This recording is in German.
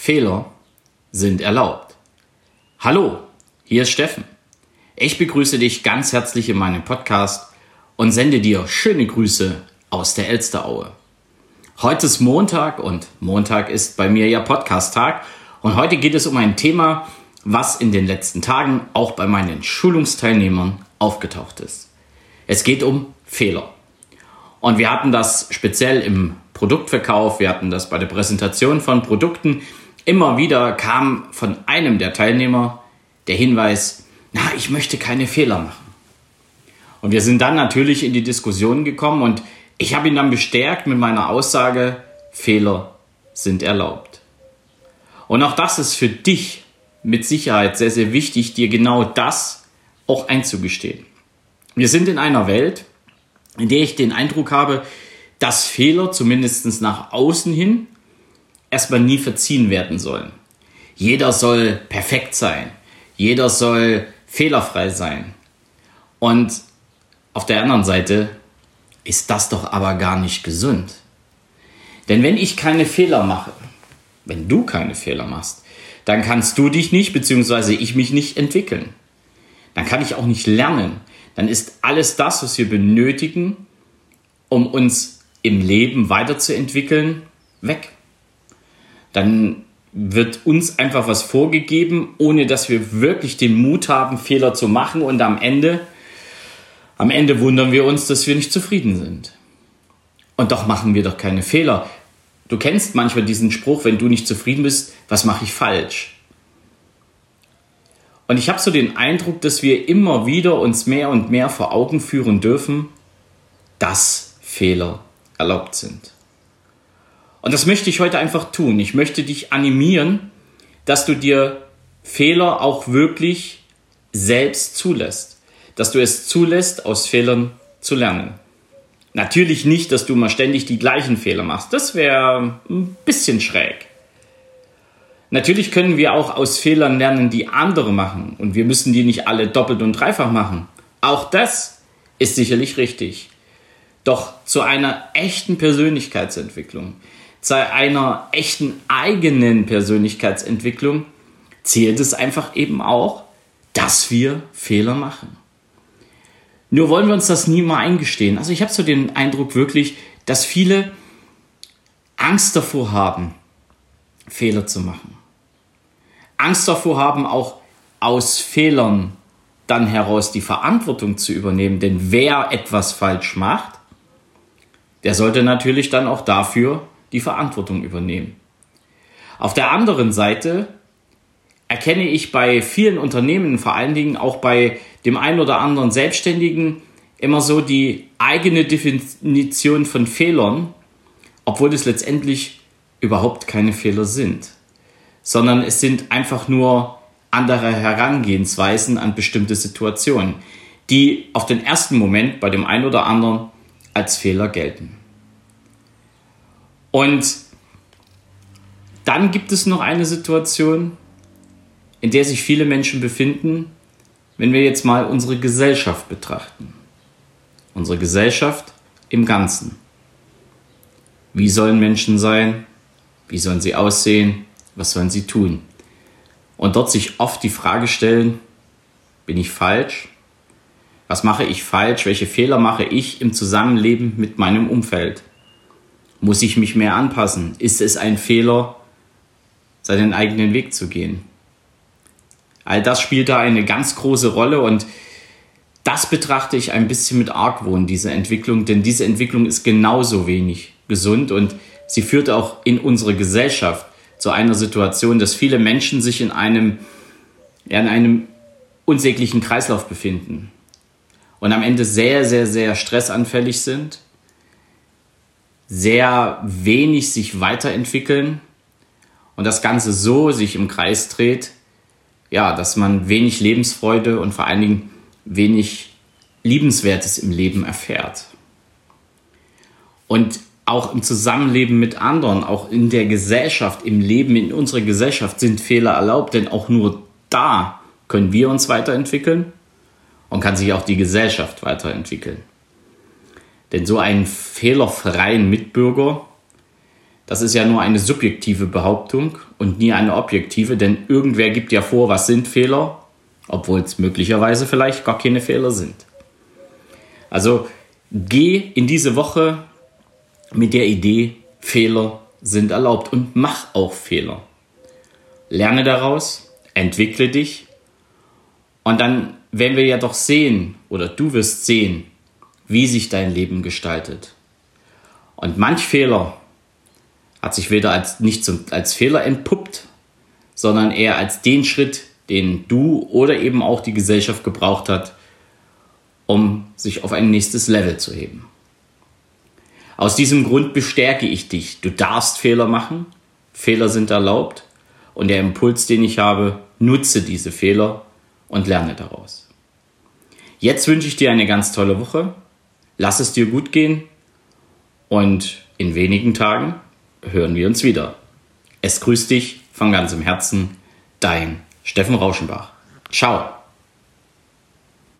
Fehler sind erlaubt. Hallo, hier ist Steffen. Ich begrüße dich ganz herzlich in meinem Podcast und sende dir schöne Grüße aus der Elsteraue. Heute ist Montag und Montag ist bei mir ja Podcast-Tag und heute geht es um ein Thema, was in den letzten Tagen auch bei meinen Schulungsteilnehmern aufgetaucht ist. Es geht um Fehler. Und wir hatten das speziell im Produktverkauf, wir hatten das bei der Präsentation von Produkten. Immer wieder kam von einem der Teilnehmer der Hinweis, ich möchte keine Fehler machen. Und wir sind dann natürlich in die Diskussion gekommen und ich habe ihn dann bestärkt mit meiner Aussage, Fehler sind erlaubt. Und auch das ist für dich mit Sicherheit sehr, sehr wichtig, dir genau das auch einzugestehen. Wir sind in einer Welt, in der ich den Eindruck habe, dass Fehler zumindest nach außen hin erstmal nie verziehen werden sollen. Jeder soll perfekt sein. Jeder soll fehlerfrei sein. Und auf der anderen Seite ist das doch aber gar nicht gesund. Denn wenn ich keine Fehler mache, wenn du keine Fehler machst, dann kannst du dich nicht, beziehungsweise ich mich nicht entwickeln. Dann kann ich auch nicht lernen. Dann ist alles das, was wir benötigen, um uns im Leben weiterzuentwickeln, weg. Dann wird uns einfach was vorgegeben, ohne dass wir wirklich den Mut haben, Fehler zu machen. Und am Ende wundern wir uns, dass wir nicht zufrieden sind. Und doch machen wir doch keine Fehler. Du kennst manchmal diesen Spruch, wenn du nicht zufrieden bist, was mache ich falsch? Und ich habe so den Eindruck, dass wir immer wieder uns mehr und mehr vor Augen führen dürfen, dass Fehler erlaubt sind. Und das möchte ich heute einfach tun. Ich möchte dich animieren, dass du dir Fehler auch wirklich selbst zulässt. Dass du es zulässt, aus Fehlern zu lernen. Natürlich nicht, dass du mal ständig die gleichen Fehler machst. Das wäre ein bisschen schräg. Natürlich können wir auch aus Fehlern lernen, die andere machen. Und wir müssen die nicht alle doppelt und dreifach machen. Auch das ist sicherlich richtig. Doch zu einer echten Persönlichkeitsentwicklung, zu einer echten eigenen Persönlichkeitsentwicklung zählt es einfach eben auch, dass wir Fehler machen. Nur wollen wir uns das nie mal eingestehen. Also ich habe so den Eindruck wirklich, dass viele Angst davor haben, Fehler zu machen. Angst davor haben, auch aus Fehlern dann heraus die Verantwortung zu übernehmen. Denn wer etwas falsch macht, der sollte natürlich dann auch dafür die Verantwortung übernehmen. Auf der anderen Seite erkenne ich bei vielen Unternehmen, vor allen Dingen auch bei dem einen oder anderen Selbstständigen, immer so die eigene Definition von Fehlern, obwohl es letztendlich überhaupt keine Fehler sind, sondern es sind einfach nur andere Herangehensweisen an bestimmte Situationen, die auf den ersten Moment bei dem einen oder anderen als Fehler gelten. Und dann gibt es noch eine Situation, in der sich viele Menschen befinden, wenn wir jetzt mal unsere Gesellschaft betrachten. Unsere Gesellschaft im Ganzen. Wie sollen Menschen sein? Wie sollen sie aussehen? Was sollen sie tun? Und dort sich oft die Frage stellen, bin ich falsch? Was mache ich falsch? Welche Fehler mache ich im Zusammenleben mit meinem Umfeld? Muss ich mich mehr anpassen? Ist es ein Fehler, seinen eigenen Weg zu gehen? All das spielt da eine ganz große Rolle und das betrachte ich ein bisschen mit Argwohn, diese Entwicklung, denn diese Entwicklung ist genauso wenig gesund und sie führt auch in unserer Gesellschaft zu einer Situation, dass viele Menschen sich in einem unsäglichen Kreislauf befinden und am Ende sehr, sehr, sehr stressanfällig sind, sehr wenig sich weiterentwickeln und das Ganze so sich im Kreis dreht, dass man wenig Lebensfreude und vor allen Dingen wenig Liebenswertes im Leben erfährt. Und auch im Zusammenleben mit anderen, auch in der Gesellschaft, im Leben in unserer Gesellschaft sind Fehler erlaubt, denn auch nur da können wir uns weiterentwickeln und kann sich auch die Gesellschaft weiterentwickeln. Denn so einen fehlerfreien Mitbürger, das ist ja nur eine subjektive Behauptung und nie eine objektive, denn irgendwer gibt ja vor, was sind Fehler, obwohl es möglicherweise vielleicht gar keine Fehler sind. Also geh in diese Woche mit der Idee, Fehler sind erlaubt und mach auch Fehler. Lerne daraus, entwickle dich und dann werden wir ja doch sehen, oder du wirst sehen, wie sich dein Leben gestaltet. Und manch Fehler hat sich weder als Fehler entpuppt, sondern eher als den Schritt, den du oder eben auch die Gesellschaft gebraucht hat, um sich auf ein nächstes Level zu heben. Aus diesem Grund bestärke ich dich. Du darfst Fehler machen, Fehler sind erlaubt und der Impuls, den ich habe, nutze diese Fehler und lerne daraus. Jetzt wünsche ich dir eine ganz tolle Woche. Lass es dir gut gehen und in wenigen Tagen hören wir uns wieder. Es grüßt dich von ganzem Herzen, dein Steffen Rauschenbach. Ciao.